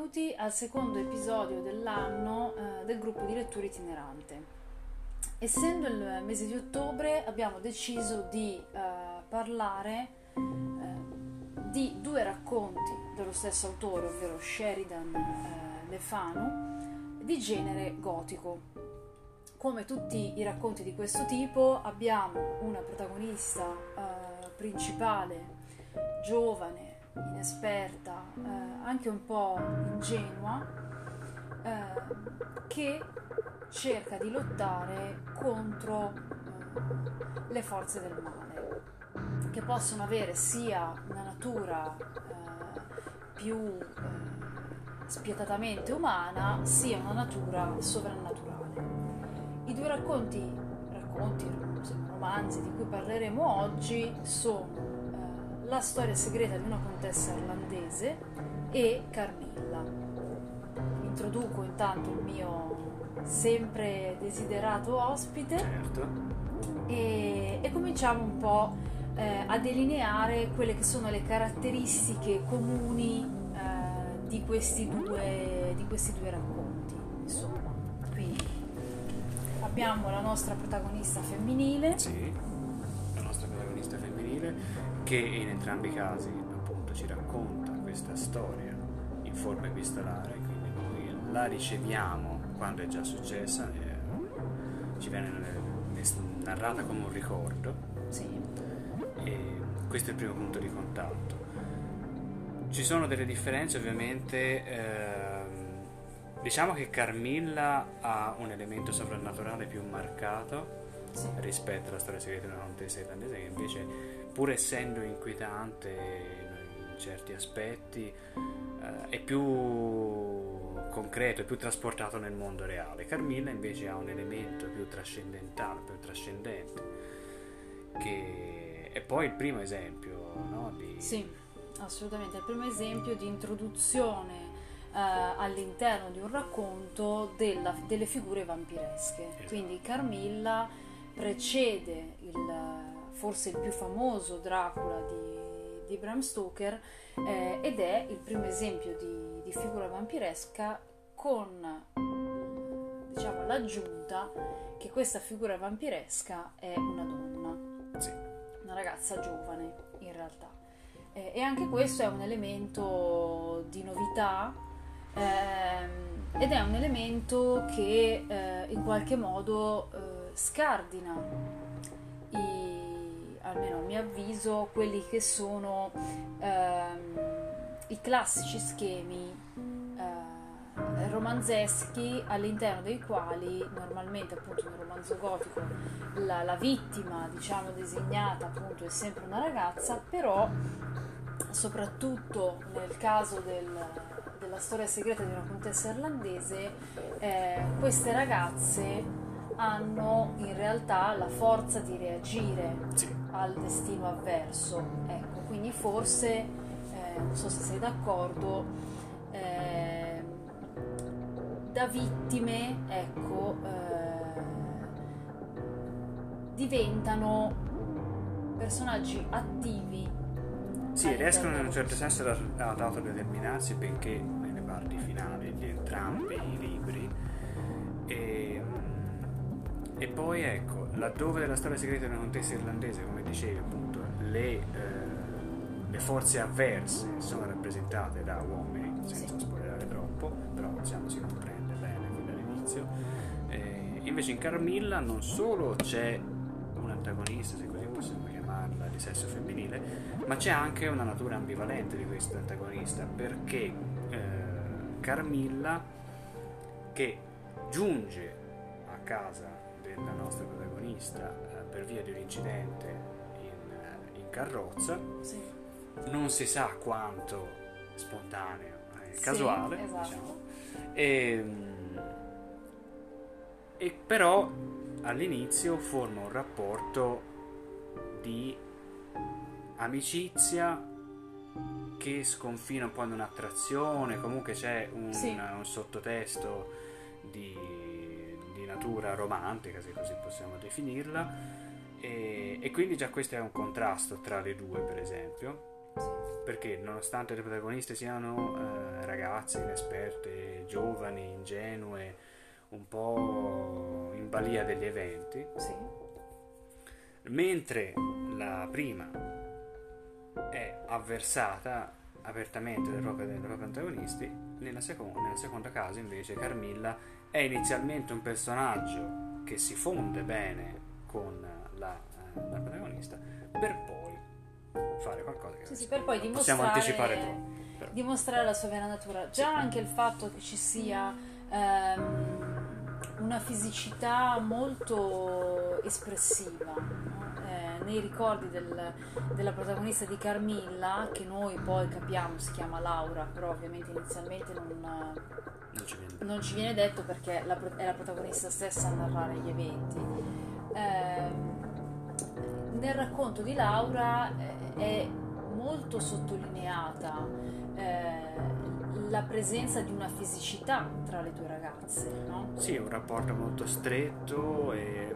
benvenuti al secondo episodio dell'anno del gruppo di lettura itinerante. Essendo il mese di ottobre abbiamo deciso di parlare di due racconti dello stesso autore, ovvero Sheridan Le Fanu, di genere gotico. Come tutti i racconti di questo tipo abbiamo una protagonista principale, giovane, inesperta, anche un po' ingenua, che cerca di lottare contro le forze del male, che possono avere sia una natura più spietatamente umana, sia una natura sovrannaturale. I due romanzi di cui parleremo oggi sono La storia segreta di una contessa irlandese e Carmilla. Introduco intanto il mio sempre desiderato ospite. Certo. E cominciamo un po' a delineare quelle che sono le caratteristiche comuni di questi due racconti. Insomma, quindi abbiamo la nostra protagonista femminile. Sì, la nostra protagonista femminile che in entrambi i casi appunto ci racconta questa storia in forma epistolare, quindi noi la riceviamo quando è già successa, ci viene narrata come un ricordo. Sì. E questo è il primo punto di contatto. Ci sono delle differenze ovviamente, diciamo che Carmilla ha un elemento sovrannaturale più marcato, sì, rispetto alla storia segreta di una contessa irlandese, che invece, pur essendo inquietante in certi aspetti, è più concreto, è più trasportato nel mondo reale. Carmilla invece ha un elemento più trascendentale, più trascendente, che è poi il primo esempio, no? Sì, assolutamente, è il primo esempio di introduzione all'interno di un racconto delle figure vampiresche. Esatto. Quindi Carmilla precede forse il più famoso Dracula di Bram Stoker, ed è il primo esempio di figura vampiresca, con diciamo l'aggiunta che questa figura vampiresca è una donna, sì, una ragazza giovane in realtà, e anche questo è un elemento di novità, ed è un elemento che in qualche modo scardina almeno a mio avviso, quelli che sono i classici schemi romanzeschi, all'interno dei quali normalmente appunto nel romanzo gotico la vittima, diciamo, designata appunto è sempre una ragazza, però soprattutto nel caso della storia segreta di una contessa irlandese, queste ragazze hanno in realtà la forza di reagire, sì, al destino avverso, ecco, quindi forse non so se sei d'accordo, da vittime, ecco, diventano personaggi attivi. Sì, riescono in un certo senso ad autodeterminarsi, benché nelle parti finali di entrambi i libri. E poi ecco, laddove nella storia segreta di una contessa irlandese, come dicevi appunto, le forze avverse sono rappresentate da uomini, senza spoilerare troppo, però diciamo si comprende bene qui dall'inizio. Invece in Carmilla non solo c'è un antagonista, se così possiamo chiamarla, di sesso femminile, ma c'è anche una natura ambivalente di questo antagonista, perché Carmilla, che giunge a casa della nostra protagonista per via di un incidente in carrozza, sì, non si sa quanto spontaneo, casuale, sì, esatto, diciamo. E però all'inizio forma un rapporto di amicizia che sconfina un po' in un'attrazione, comunque c'è un sottotesto di natura romantica, se così possiamo definirla, e quindi già questo è un contrasto tra le due, per esempio. perché nonostante le protagoniste siano ragazze inesperte, giovani, ingenue, un po' in balia degli eventi, Sì. mentre la prima è avversata apertamente dai propri antagonisti, nella seconda caso invece Carmilla è inizialmente un personaggio che si fonde bene con la protagonista, per poi fare qualcosa che Sì, per poi non possiamo anticipare troppo. dimostrare la sua vera natura. Già anche il fatto che ci sia una fisicità molto espressiva, no? Nei ricordi della protagonista di Carmilla, che noi poi capiamo si chiama Laura, però ovviamente inizialmente non ci viene detto perché è la protagonista stessa a narrare gli eventi. Nel racconto di Laura è molto sottolineata la presenza di una fisicità tra le due ragazze, no? Sì, è un rapporto molto stretto e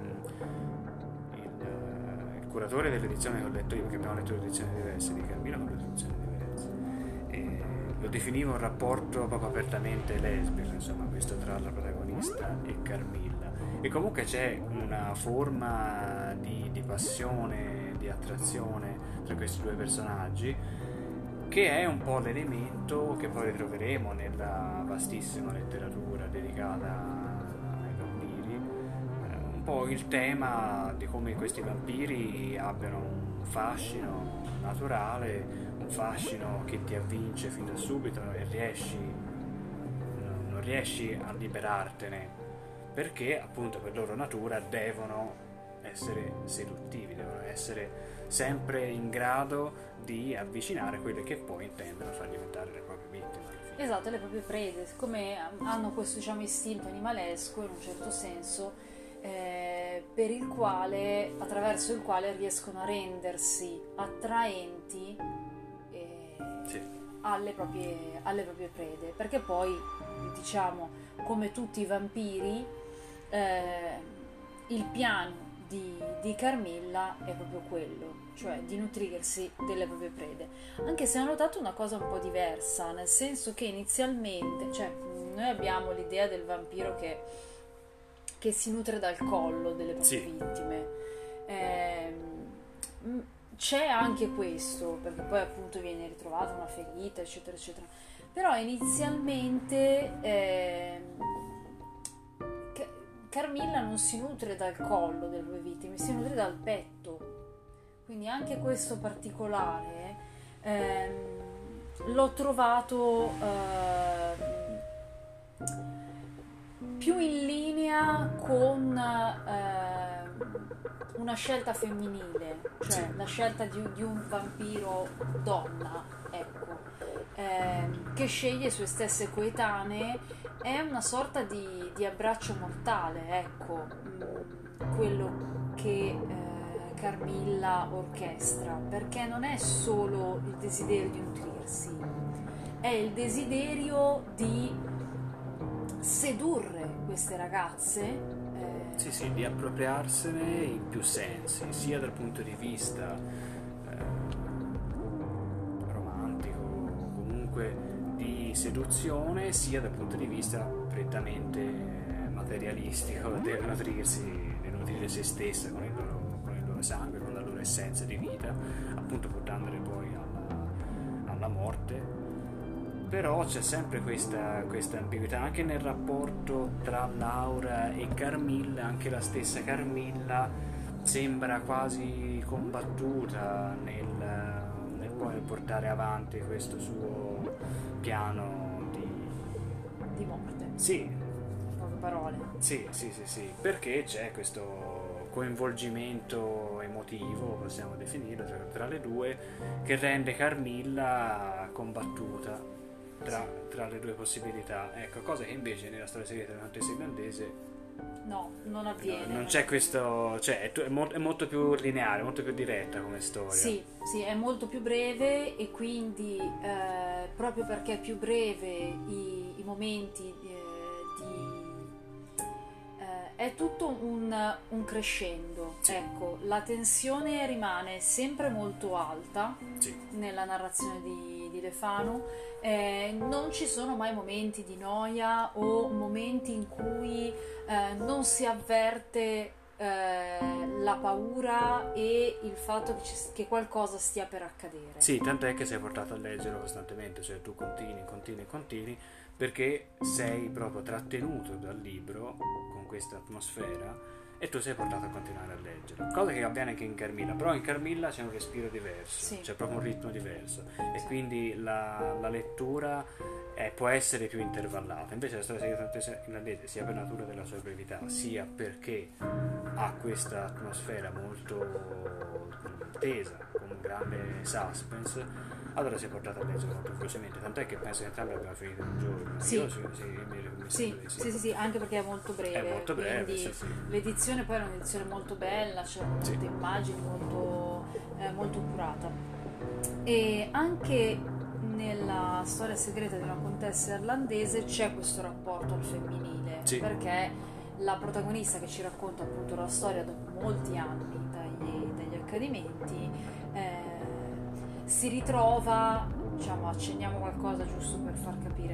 il curatore dell'edizione che ho letto io, perché abbiamo letto edizioni diverse di Carmilla con due edizioni diverse, e lo definiva un rapporto proprio apertamente lesbico, insomma, questo tra la protagonista e Carmilla. E comunque c'è una forma di passione, di attrazione tra questi due personaggi, che è un po' l'elemento che poi ritroveremo nella vastissima letteratura dedicata ai vampiri, un po' il tema di come questi vampiri abbiano un fascino naturale, un fascino che ti avvince fin da subito e non riesci a liberartene, perché appunto per loro natura devono essere seduttivi, devono essere sempre in grado di avvicinare quelle che poi intendono far diventare le proprie vittime. Esatto, le proprie prede, siccome hanno questo, diciamo, istinto animalesco in un certo senso, attraverso il quale riescono a rendersi attraenti Sì. alle proprie prede, perché poi, diciamo, come tutti i vampiri, il piano di Carmilla è proprio quello, cioè di nutrirsi delle proprie prede, anche se ho notato una cosa un po' diversa, nel senso che inizialmente, cioè, noi abbiamo l'idea del vampiro che si nutre dal collo delle proprie vittime. C'è anche questo, perché poi appunto viene ritrovata una ferita, eccetera eccetera, però inizialmente Carmilla non si nutre dal collo delle proprie vittime, si nutre dal petto, quindi anche questo particolare l'ho trovato più in linea con una scelta femminile, cioè la scelta di un vampiro donna, ecco, che sceglie sue stesse coetanee. È una sorta di abbraccio mortale, ecco, quello che Carmilla orchestra, perché non è solo il desiderio di nutrirsi, è il desiderio di sedurre queste ragazze. Sì, di appropriarsene in più sensi, sia dal punto di vista romantico, comunque di seduzione, sia dal punto di vista prettamente materialistico, del nutrire se stessa con il loro sangue, con la loro essenza di vita, appunto portandole poi alla morte. Però c'è sempre questa ambiguità anche nel rapporto tra Laura e Carmilla. Anche la stessa Carmilla sembra quasi combattuta nel poi portare avanti questo suo piano di morte. Sì. In poche parole. Sì, perché c'è questo coinvolgimento emotivo, possiamo definirlo, tra le due, che rende Carmilla combattuta tra le due possibilità, ecco, cosa che invece nella storia segreta della contessa irlandese no, non avviene. Non c'è questo, cioè è molto più lineare, molto più diretta come storia. Sì, è molto più breve, e quindi proprio perché è più breve i momenti è tutto un crescendo, Sì. ecco, la tensione rimane sempre molto alta Sì. nella narrazione di De Fano, non ci sono mai momenti di noia o momenti in cui non si avverte la paura e il fatto che qualcosa stia per accadere. Sì, tant'è che sei portato a leggerlo costantemente, cioè tu continui, perché sei proprio trattenuto dal libro con questa atmosfera e tu sei portato a continuare a leggerlo. Cosa che avviene anche in Carmilla, però in Carmilla c'è un respiro diverso, Sì. c'è proprio un ritmo diverso e Sì. quindi la lettura può essere più intervallata. Invece la storia segreta irlandese, sia per natura della sua brevità, sia perché ha questa atmosfera molto tesa, con un grande suspense, allora si è portato a leggere molto velocemente, tant'è che penso che entrambi abbiamo finito in un giorno. Sì. Io mi Sì, sembra di sì, sì, sì, anche perché è molto breve, È molto breve, quindi sì, sì. l'edizione poi è un'edizione molto bella, c'è molte Sì. immagini, molto curata. E anche nella storia segreta di una contessa irlandese c'è questo rapporto al femminile, Sì. perché la protagonista che ci racconta appunto la storia dopo molti anni dagli accadimenti si ritrova, diciamo, accenniamo qualcosa giusto per far capire,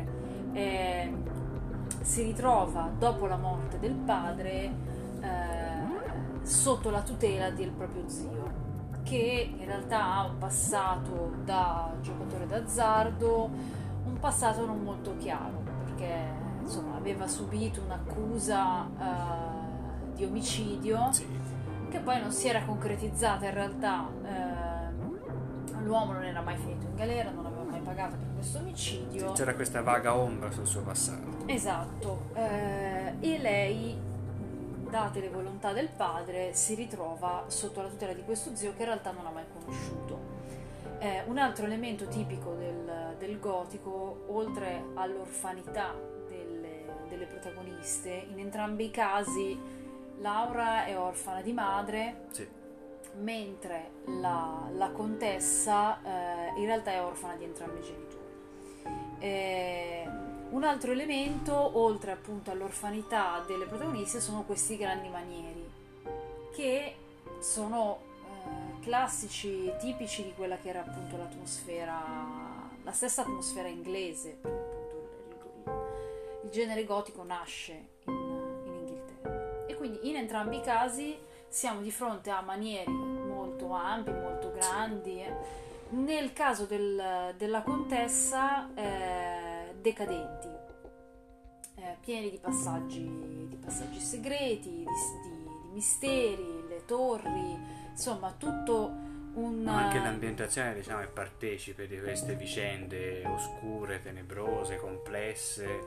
si ritrova dopo la morte del padre sotto la tutela del proprio zio, che in realtà ha un passato da giocatore d'azzardo, un passato non molto chiaro, perché insomma aveva subito un'accusa di omicidio Sì. che poi non si era concretizzata in realtà. L'uomo non era mai finito in galera, non aveva mai pagato per questo omicidio. C'era questa vaga ombra sul suo passato. Esatto, e lei, date le volontà del padre, si ritrova sotto la tutela di questo zio che in realtà non ha mai conosciuto. Un altro elemento tipico del gotico, oltre all'orfanità delle protagoniste, in entrambi i casi Laura è orfana di madre, Sì. mentre la contessa in realtà è orfana di entrambi i genitori. Un altro elemento, oltre appunto all'orfanità delle protagoniste, sono questi grandi manieri, che sono classici, tipici di quella che era appunto l'atmosfera, la stessa atmosfera inglese, perché appunto il genere gotico nasce in Inghilterra. E quindi in entrambi i casi siamo di fronte a manieri molto ampi, molto grandi. Nel caso della contessa, decadenti, pieni di passaggi segreti, di misteri, le torri, insomma tutto un... Anche l'ambientazione, diciamo, è partecipe di queste vicende oscure, tenebrose, complesse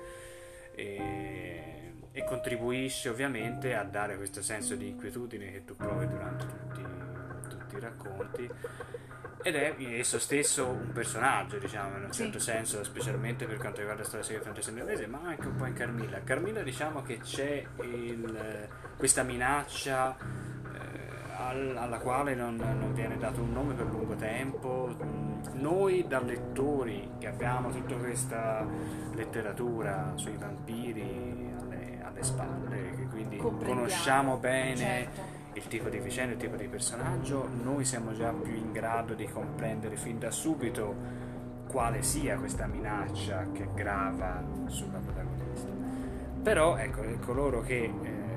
e contribuisce ovviamente a dare questo senso di inquietudine che tu provi durante tutti i racconti. Ed è esso stesso un personaggio, diciamo, in un certo senso, specialmente per quanto riguarda la storia segreta fantasy inglese, ma anche un po' in Carmilla. Carmilla, diciamo che c'è questa minaccia alla quale non viene dato un nome per lungo tempo. Noi, da lettori che abbiamo tutta questa letteratura sui vampiri alle spalle, che quindi conosciamo bene, certo, il tipo di vicenda, il tipo di personaggio, noi siamo già più in grado di comprendere fin da subito quale sia questa minaccia che grava sulla protagonista. Però ecco, coloro che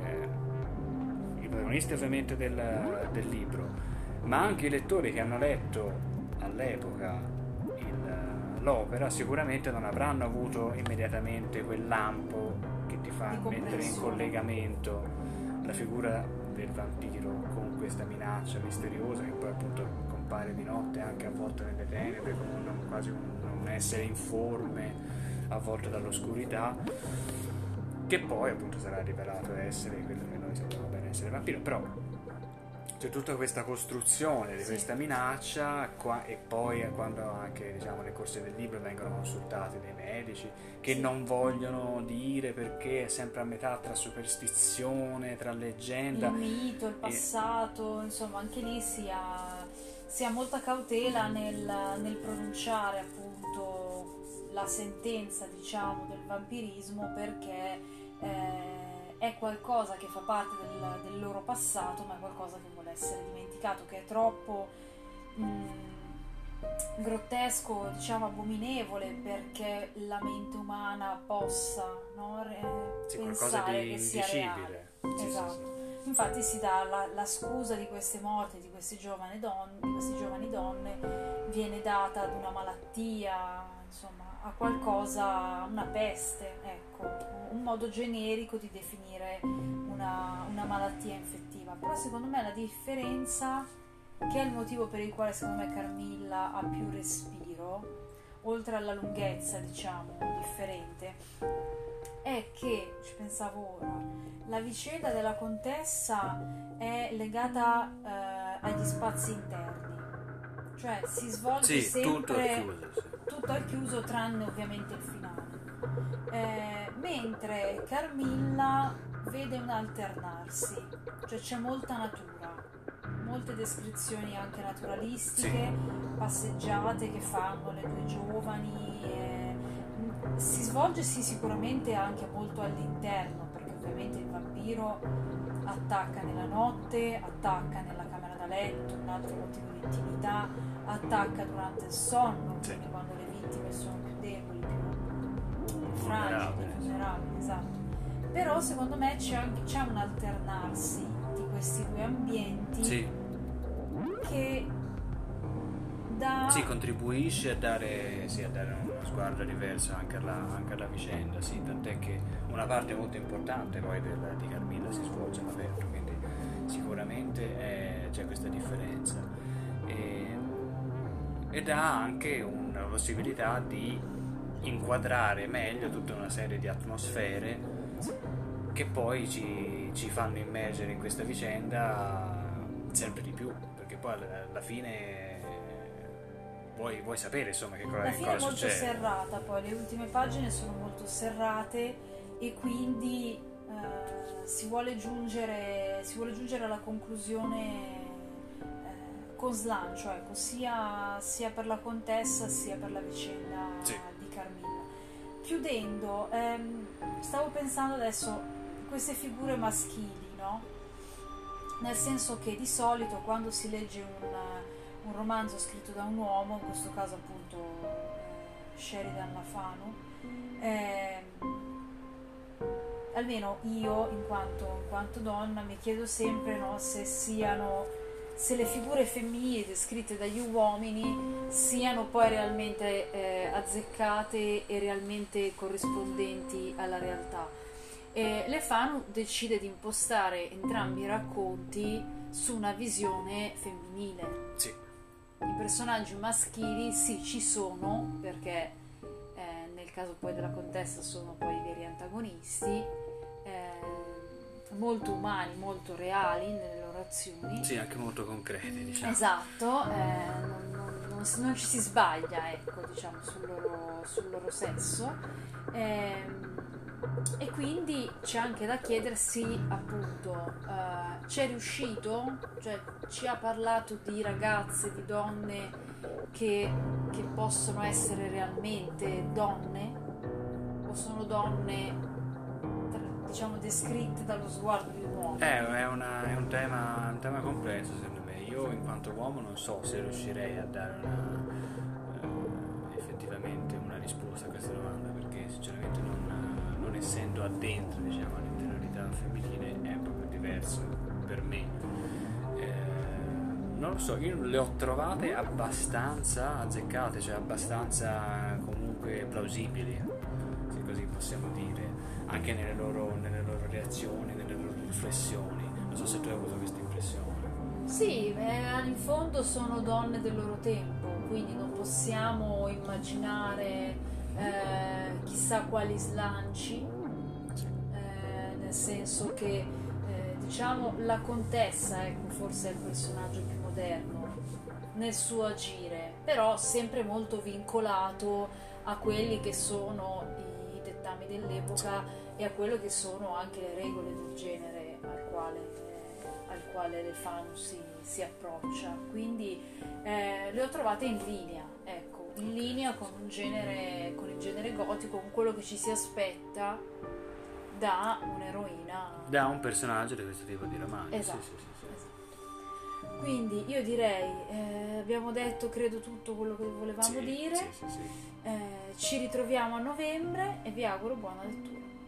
i protagonisti ovviamente del libro, ma anche i lettori che hanno letto all'epoca l'opera, sicuramente non avranno avuto immediatamente quel lampo che ti fa mettere in collegamento la figura del vampiro con questa minaccia misteriosa che poi appunto compare di notte anche a volte nelle tenebre come quasi un essere informe avvolto dall'oscurità, che poi appunto sarà rivelato essere quello che noi sappiamo bene essere vampiro. Però c'è tutta questa costruzione di questa minaccia e poi quando anche, diciamo, nel corso del libro vengono consultati dei medici che non vogliono dire, perché è sempre a metà tra superstizione, tra leggenda, il mito, il passato, insomma anche lì si ha molta cautela nel pronunciare appunto la sentenza, diciamo, del vampirismo, perché è qualcosa che fa parte del loro passato, ma è qualcosa che vuole essere dimenticato, che è troppo grottesco, diciamo abominevole, perché la mente umana possa, no, pensare che sia reale. Sì, esatto. sì, sì. Infatti si dà la scusa di queste morti, di queste giovani donne, viene data ad una malattia, insomma, a qualcosa, una peste, ecco, un modo generico di definire una malattia infettiva. Però secondo me la differenza, che è il motivo per il quale secondo me Carmilla ha più respiro, oltre alla lunghezza, diciamo, differente, è che, ci pensavo ora, la vicenda della contessa è legata agli spazi interni, cioè si svolge sempre tutto al chiuso, tranne ovviamente il finale, mentre Carmilla vede un alternarsi, cioè c'è molta natura, molte descrizioni anche naturalistiche, passeggiate che fanno le due giovani, si svolge sicuramente anche molto all'interno, perché ovviamente il vampiro attacca nella notte, attacca nella camera da letto, un altro motivo di intimità, attacca durante il sonno, quindi quando le vittime sono più deboli, più fragili, più vulnerabili, esatto. Però secondo me c'è un alternarsi di questi due ambienti che contribuisce a dare uno sguardo diverso anche alla vicenda, tant'è che una parte molto importante poi di Carmilla si svolge all'aperto, quindi sicuramente c'è questa differenza ed ha anche una possibilità di inquadrare meglio tutta una serie di atmosfere che poi ci fanno immergere in questa vicenda sempre di più, perché poi alla fine vuoi sapere insomma che cosa succede. La fine è molto serrata, poi le ultime pagine sono molto serrate e quindi si vuole giungere alla conclusione con slancio, ecco, sia per la contessa sia per la vicenda di Carmilla. Chiudendo, stavo pensando adesso queste figure maschili, no? Nel senso che di solito quando si legge un romanzo scritto da un uomo, in questo caso appunto Sheridan LaFanu, almeno io in quanto donna mi chiedo sempre, no, se le figure femminili descritte dagli uomini siano poi realmente azzeccate e realmente corrispondenti alla realtà. LaFanu decide di impostare entrambi i racconti su una visione femminile. I personaggi maschili ci sono, perché nel caso poi della contessa sono poi i veri antagonisti, molto umani, molto reali nelle loro azioni. Sì, anche molto concreti, diciamo. Esatto, non ci si sbaglia, ecco, diciamo, sul loro sesso. E quindi c'è anche da chiedersi, appunto, c'è riuscito? Cioè, ci ha parlato di ragazze, di donne che possono essere realmente donne? O sono donne, diciamo, descritte dallo sguardo di un uomo? È un tema complesso, secondo me. Io in quanto uomo non so se riuscirei a dare effettivamente una risposta a questa domanda, perché sinceramente non essendo addentro, diciamo, all'interiorità femminile è proprio diverso per me. Non lo so, io le ho trovate abbastanza azzeccate, cioè abbastanza comunque plausibili, se così possiamo dire, anche nelle loro reazioni, nelle loro riflessioni. Non so se tu hai avuto questa impressione. Sì, in fondo sono donne del loro tempo, quindi non possiamo immaginare chissà quali slanci, nel senso che diciamo la contessa, ecco, forse è il personaggio più moderno nel suo agire, però sempre molto vincolato a quelli che sono i dettami dell'epoca e a quello che sono anche le regole del genere al quale LaFanu si approccia. Quindi le ho trovate in linea, ecco, in linea con il genere gotico, con quello che ci si aspetta da un'eroina, da un personaggio di questo tipo di romanzo. Esatto, Sì, sì, sì, sì. esatto. Quindi io direi, abbiamo detto credo tutto quello che volevamo Sì, dire. sì, sì, sì. Ci ritroviamo a novembre e vi auguro buona lettura.